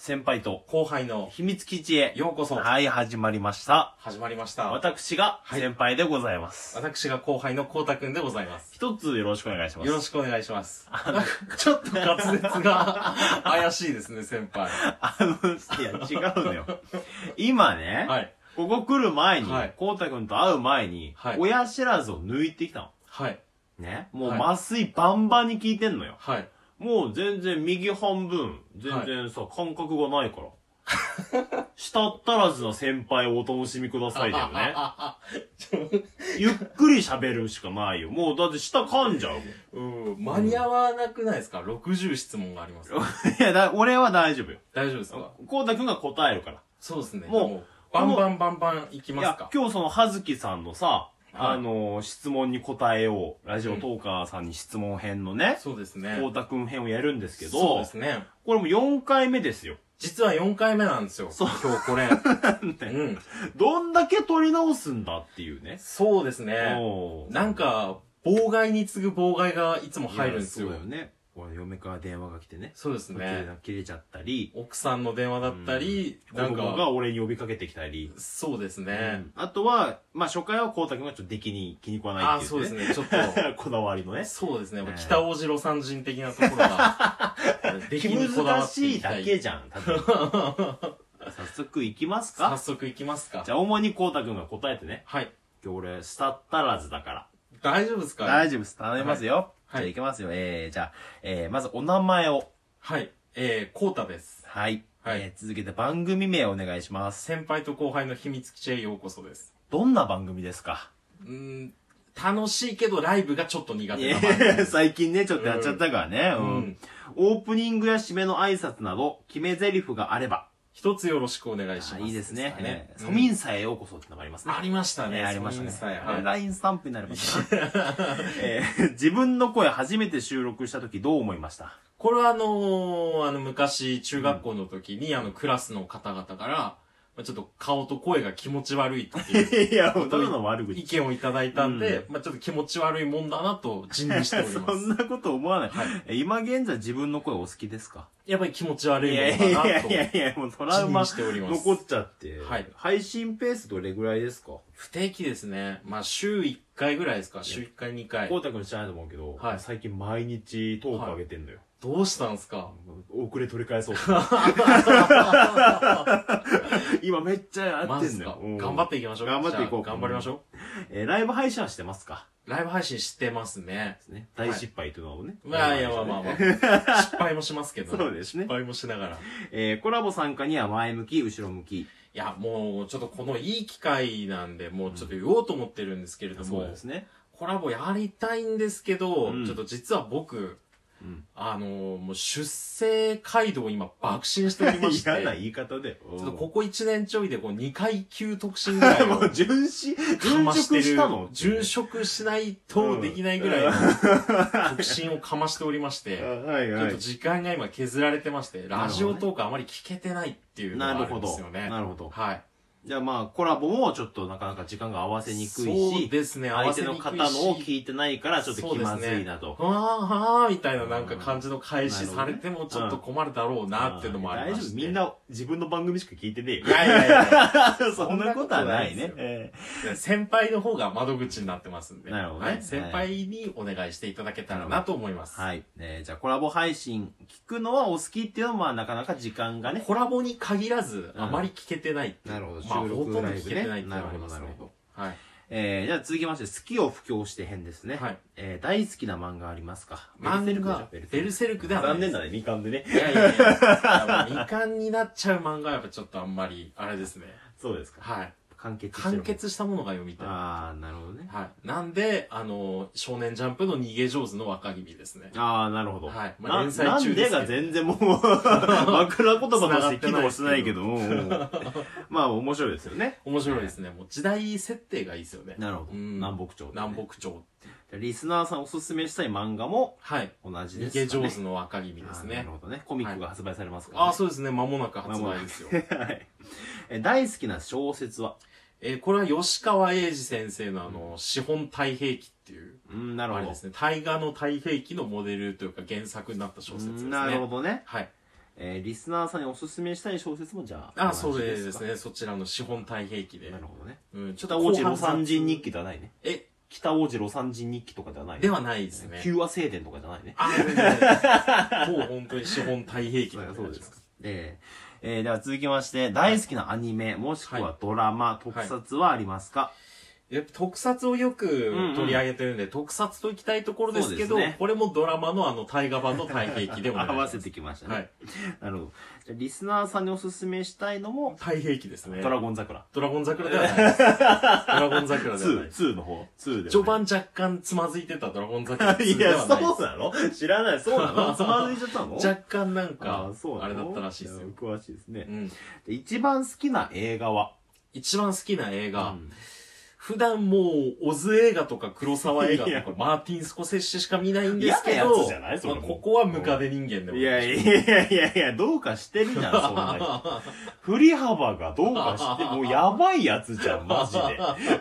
先輩と後輩の秘密基地へようこそ。 はい、始まりました。 始まりました。 私が先輩でございます。 私が後輩のこうたくんでございます。 一つよろしくお願いします。 よろしくお願いします。ちょっと滑舌が怪しいですね、先輩。 いや、違うのよ。今ね、 はい。 ここ来る前に、 はいこうたくんと会う前に、 はい、 親知らずを抜いてきたの。 はい。 ね。もう麻酔バンバンに効いてんのよ。 はい。 もう全然右半分、全然さ、感覚がないから。舌足らずな先輩をお楽しみくださいだよね。ゆっくり喋るしかないよ。もうだって舌噛んじゃうもん。 間に合わなくないですか？ 60 質問があります。 いや、俺は大丈夫よ。 大丈夫ですか？ こうたくんが答えるから。 そうですね。 もう、 バンバンバンバンいきますか？ いや、今日そのはずきさんのさ、質問に答えよう。ラジオトーカーさんに質問編のね。 そうですね。 こうたくん編をやるんですけど。 そうですね。 これも4回目ですよ。 実は4回目なんですよ。 そう。 今日これ。 どんだけ撮り直すんだっていうね。 そうですね。なんか、妨害に次ぐ妨害がいつも入るんですよ。 そうだよね。嫁から電話が来てね。 そうですね。 切れちゃったり。 奥さんの電話だったり、 なんか。子供が俺に呼びかけてきたり。 そうですね。 あとは、まあ初回はこうたくんがちょっと出来に気に食わないっていう。 そうですね。ちょっと。 こだわりのね。 そうですね。北大路魯山人的なところが。 出来にこだわっていきたい。難しいだけじゃん。早速行きますか？ 早速行きますか。 じゃあ主にこうたくんが答えてね。 はい。 今日俺、舌足らずだから。 大丈夫ですか？ 大丈夫です。頼みますよ。じゃあ行きますよ。じゃあ、まずお名前を。 はい。こうたです。 はい。続けて番組名をお願いします。 先輩と後輩の秘密基地へようこそです。 どんな番組ですか？ 楽しいけどライブがちょっと苦手な番組。 最近ね、ちょっとやっちゃったからね。オープニングや締めの挨拶など、決め台詞があれば。 一つよろしくお願いします。 いいですね。ソミンサへようこそってのがありますね。 ありましたね。 ありましたね。 ソミンサへ。 ラインスタンプになれば自分の声初めて収録した時どう思いました？ これは昔、中学校の時に、クラスの方々から、ちょっと顔と声が気持ち悪いっていう。 いや、ほとんどの悪口。 意見をいただいたんで、ちょっと気持ち悪いもんだなと自認しております。 そんなこと思わない。今現在自分の声お好きですか？ やっぱり気持ち悪いもんだなと。 いや、もうトラウマ残っちゃって。 はい。 配信ペースどれぐらいですか？ 不定期ですね。週1回ぐらいですか？週1回2回。 こうたくん知らないと思うけど、最近毎日トーク上げてんのよ。 どうしたんすか？ 遅れ取り返そう。今めっちゃやってんのよ。 頑張っていきましょう。 頑張っていこう。 頑張りましょう。ライブ配信はしてますか？ ライブ配信してますね。 大失敗というのをね。 まあ。失敗もしますけど。 そうですね。 失敗もしながら。コラボ参加には前向き、後ろ向き。 いや、もうちょっとこのいい機会なんで、もうちょっと言おうと思ってるんですけれども。 そうですね。 コラボやりたいんですけど、ちょっと実は僕、もう出世街道を今爆心しておりまして。 嫌な言い方で。 ちょっとここ1年ちょいで2階級特進ぐらいを。 もう殉職したの？ 殉職しないとできないぐらいの特進をかましておりまして、ちょっと時間が今削られてまして、ラジオトークあまり聞けてないっていうのがあるんですよね。 なるほど。 はい。 じゃあコラボもちょっとなかなか時間が合わせにくいし、 そうですね、 相手の方のを聞いてないからちょっと気まずいなと。 はぁみたいななんか感じの返しされてもちょっと困るだろうなっていうのもありまして。 大丈夫、みんな自分の番組しか聞いてねえよ。 いや。 そんなことはないね。 先輩の方が窓口になってますんで。 なるほどね。 先輩にお願いしていただけたらなと思います。 はい。じゃあコラボ配信聞くのはお好きっていうのはなかなか時間がね。 コラボに限らずあまり聞けてないっていう。 なるほど。 ほとんど聞けてないっていうのがありますね。 なるほど。 はい。 じゃあ続きまして、好きを布教して編ですね。はい。大好きな漫画ありますか？ 漫画、ベルセルクではない。 残念だね、2巻でね。 いや。2巻になっちゃう漫画はやっぱちょっとあんまり、あれですね。 そうですか。 はい。 完結したものが読みたい。 ああ、なるほどね。 はい。なんで、少年ジャンプの逃げ上手の若君ですね。 ああ、なるほど。 はい。 連載中です。なんでが全然もう、枕言葉として機能してないけども、まあ面白いですよね。 面白いですね。もう時代設定がいいですよね。 なるほど。南北朝。 南北朝ってリスナーさんおすすめしたい漫画も、 はい。 同じです。 逃げ上手の若君ですね。 なるほどね。コミックが発売されますから。 あ、そうですね。間もなく発売ですよ。 はい。大好きな小説は？ これは吉川英治先生の資本太平記っていう。 なるほど。 あれですね。大河の太平記のモデルというか原作になった小説ですね。 なるほどね。 はい。 リスナーさんにおすすめしたい小説もじゃあ。そうですね。そちらの資本太平記で。 なるほどね。 ちょっと。北王子魯山人日記ではないね。北王子魯山人日記とかではない。 ではないですね。 旧和聖典とかじゃないね。 もう本当に資本太平記そうですか。では続きまして、大好きなアニメ、もしくはドラマ、特撮はありますか？ やっぱ特撮をよく取り上げてるんで、特撮と行きたいところですけど、これもドラマの大河版の太平記でも合わせてきましたね。なるほど。じゃリスナーさんにおすすめしたいのも、 太平記ですね。 ドラゴン桜。 ドラゴン桜ではないです。ドラゴン桜ではないです。 2の方。2で。 序盤若干つまずいてたドラゴン桜いや、そうなの知らない。そうなのつまずいちゃったの若干なんか、あれだったらしいですよ。 詳しいですね。一番好きな映画は？ 一番好きな映画。普段もう、オズ映画とか黒沢映画とか、マーティン・スコセッシしか見ないんですけど、ここはムカデ人間でも。 いや、どうかしてるじゃん、そんな人。振り幅がどうかして、もうやばいやつじゃん、マジで。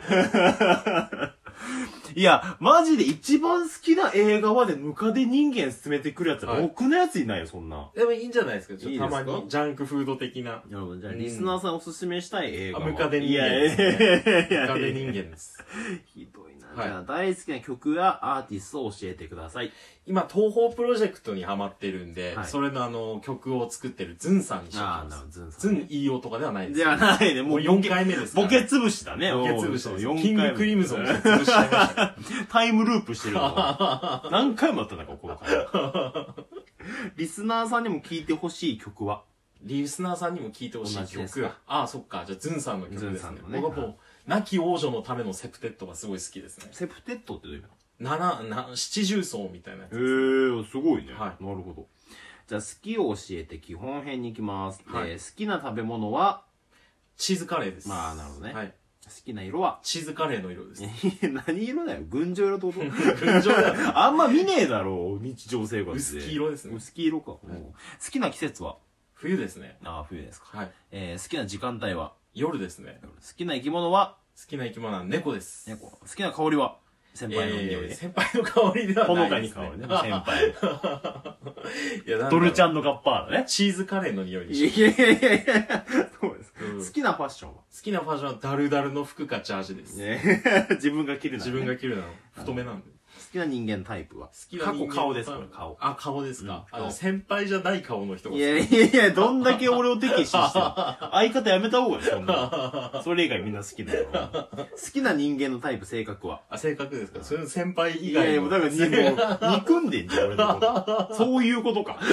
いや、マジで一番好きな映画までムカデ人間進めてくるやつ、ろくなやついないよ、そんな。 でもいいんじゃないですか、ちょっとたまにジャンクフード的な。 なるほど、じゃあリスナーさんおすすめしたい映画は。 ムカデ人間です。ムカデ人間です。 ひどいな。じゃあ大好きな曲やアーティストを教えてください。 今、東宝プロジェクトにハマってるんで、それの曲を作ってるズンさんにします。ズンいいよとかではないです。 ではないね。 もう4回目です。 ボケ潰しだね。 ボケ潰しです。キングクリムゾンで潰しちゃいました。 タイムループしてるの。何回もやったんだか、この回。リスナーさんにも聴いてほしい曲は？ リスナーさんにも聴いてほしい曲。そっか。じゃあ、ズンさんの曲ですね。僕はもう、亡き王女のためのセプテッドがすごい好きですね。 セプテッドってどういう意味？ 七重奏みたいなやつです。 すごいね。なるほど。じゃあ、好きを教えて基本編に行きます。好きな食べ物は？ チーズカレーです。 なるほどね。好きな色は？ チーズカレーの色です。 何色だよ？群青色ってこと？ 群青だよ。 あんま見ねえだろう、日常生活で。 薄黄色ですね。 薄黄色か。好きな季節は？ 冬ですね。 冬ですか。好きな時間帯は？ 夜ですね。 好きな生き物は？ 好きな生き物は猫です。 猫。好きな香りは？先輩の匂いで。 先輩の香りではないですね。 ほのかに香るね、先輩。 いや、 ドルちゃんのガッパーだね。 チーズカレーの匂いにします。いや。そうですか。好きなファッションは？ 好きなファッションはダルダルの服かジャージです。 自分が着るな。 自分が着るなの。太めなんで。 好きな人間タイプは？ 好きな人間顔です、これ、顔。 顔ですか。先輩じゃない顔の人が好き。 いや、どんだけ俺を敵視してる。相方やめた方がいい、そんな。それ以外みんな好きだよ。好きな人間のタイプ、性格は？性格ですか。それ先輩以外の。 いや、だから憎んでんじゃん、俺のこと。そういうことか。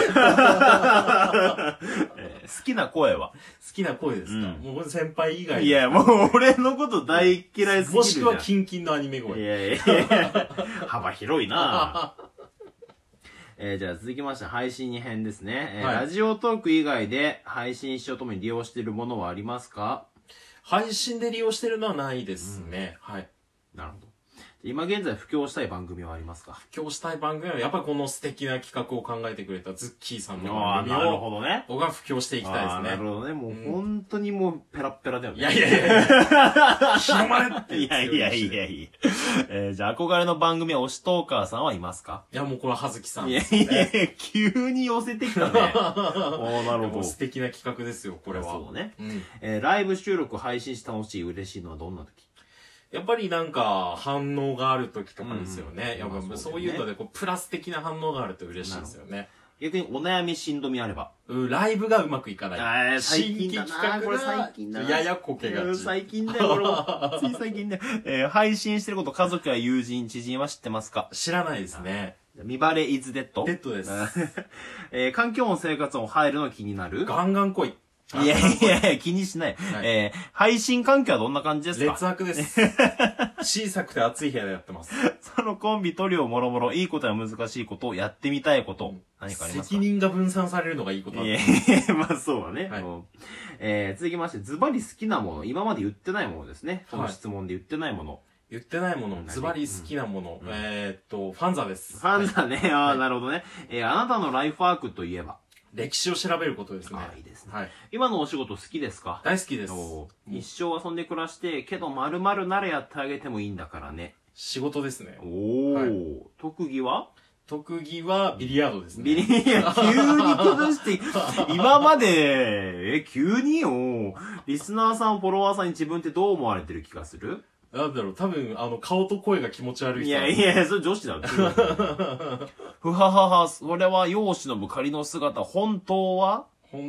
好きな声は？ 好きな声ですか。もう先輩以外。 いや、もう俺のこと大嫌いすぎる。 もしくはキンキンのアニメ声。 いや。幅広いなじゃあ続きまして配信編ですね。ラジオトーク以外で配信しようともに利用しているものはありますか？ 配信で利用してるのはないですね。 なるほど。今現在布教したい番組はありますか？ 布教したい番組はやっぱりこの素敵な企画を考えてくれたズッキーさんの番組をなるほどね。 僕は布教していきたいですね。 なるほどね。もう本当にもうペラッペラだよね。 いや。広まれって。 いや。じゃあ憧れの番組は推しトーカーさんはいますか？ いやもうこれは葉月さんです、ね。いや、急に寄せてきたね。なるほど。 素敵な企画ですよ、これは。 そうね。ライブ収録配信して楽しい、嬉しいのはどんな時？ やっぱりなんか反応がある時とかですよね。やっぱそういうのでプラス的な反応があると嬉しいですよね。 逆にお悩みしんどみあれば？ ライブがうまくいかない。 最近だな。これ最近だな。 ややこけがち。 最近だよ、これも。つい最近だよ。配信してること家族や友人、知人は知ってますか？ 知らないですね。 見バレイズデッド？ デッドです。 環境音生活音入るの気になる？ ガンガン来い。 いや、気にしない。配信環境はどんな感じですか？ 劣悪です。小さくて暑い部屋でやってます。 そのコンビトリオもろもろ、いいことや難しいことをやってみたいこと、何かありますか？ 責任が分散されるのがいいことだ。 まあそうだね。続きまして、ズバリ好きなもの、今まで言ってないものですね。この質問で言ってないもの。 言ってないもの、ズバリ好きなもの。ファンザです。 ファンザね。なるほどね。あなたのライフワークといえば？ 歴史を調べることですね。 いいですね。今のお仕事好きですか？ 大好きです。 一生遊んで暮らして、けど〇〇ならやってあげてもいいんだからね。 仕事ですね。 特技は？ 特技はビリヤードですね。 急に崩して、今まで、急によ、リスナーさん、フォロワーさんに自分ってどう思われてる気がする？ なんだろう、多分、顔と声が気持ち悪い人。 いや、それ女子だろ。ふははは、それは世を忍ぶ仮の姿、本当は、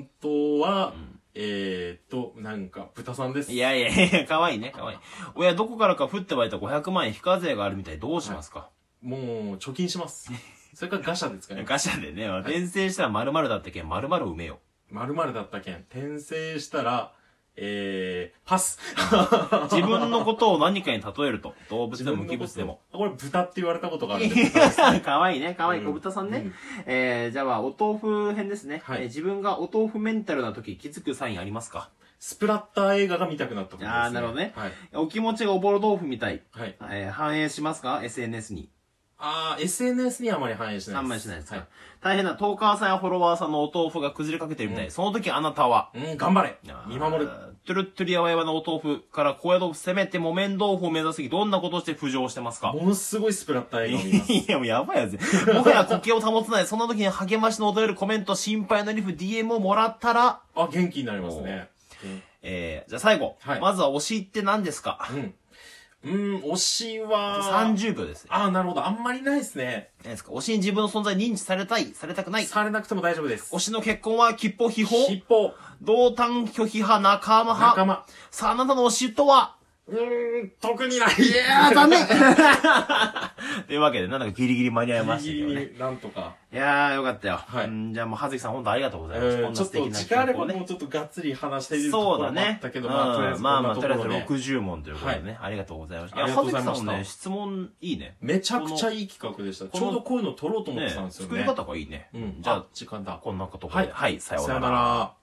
なんか、豚さんです。 いや、かわいいね、かわいい。親、どこからか降って湧いた500万円非課税があるみたい、どうしますか？ もう、貯金します。それからガシャですかね。 ガシャでね、転生したら〇〇だったけん、〇〇埋めよう。〇〇だったけん、転生したら、パス。 自分のことを何かに例えると。動物でも無機物でも。 これ豚って言われたことがあるんで。 かわいいね。かわいい小豚さんね。じゃあお豆腐編ですね。はい。自分がお豆腐メンタルな時気づくサインありますか？ スプラッター映画が見たくなったことですね。 なるほどね。はい。お気持ちがおぼろ豆腐みたい。 はい。 反映しますか？ SNS に。 SNS にはあまり反映しないです。 あんまりしないですか。はい。大変なトーカーさんやフォロワーさんのお豆腐が崩れかけてるみたい。その時あなたは頑張れ見守る。 トゥルットゥリやわやわのお豆腐から高野豆腐攻めて木綿豆腐を目指す時どんなことをして浮上してますか？ ものすごいスプラッター映画を見ます。 いや、もうやばいやつ。もはや呼吸を保つない。そんな時に励ましの踊れるコメント、心配のリフ、DM をもらったら。 元気になりますね。 じゃあ最後。はい。まずは推しって何ですか？ 推しは 30秒ですね。 なるほど。あんまりないですね。 何ですか？推しに自分の存在認知されたい？されたくない？ されなくても大丈夫です。 推しの結婚は吉報秘宝？ 吉報。 同担拒否派、仲間派。 仲間。 さあ、あなたの推しとは？ 特にない。 いやー、残念というわけで、なんだかギリギリ間に合いましたけどね。 ギリギリ、なんとか。 いやー、よかったよ。 はい。 じゃあもう、はずきさん本当ありがとうございます。こんな素敵な時間あればもうちょっとがっつり話しているところもあったけど、とりあえずとりあえず60問ということでね、ありがとうございました。いや、はずきさんもね、質問いいね。 めちゃくちゃいい企画でした。ちょうどこういうの撮ろうと思ってたんですよね。 作り方がいいね。 じゃあ、時間だ。 こんなことで。はい、さようなら。 さようなら。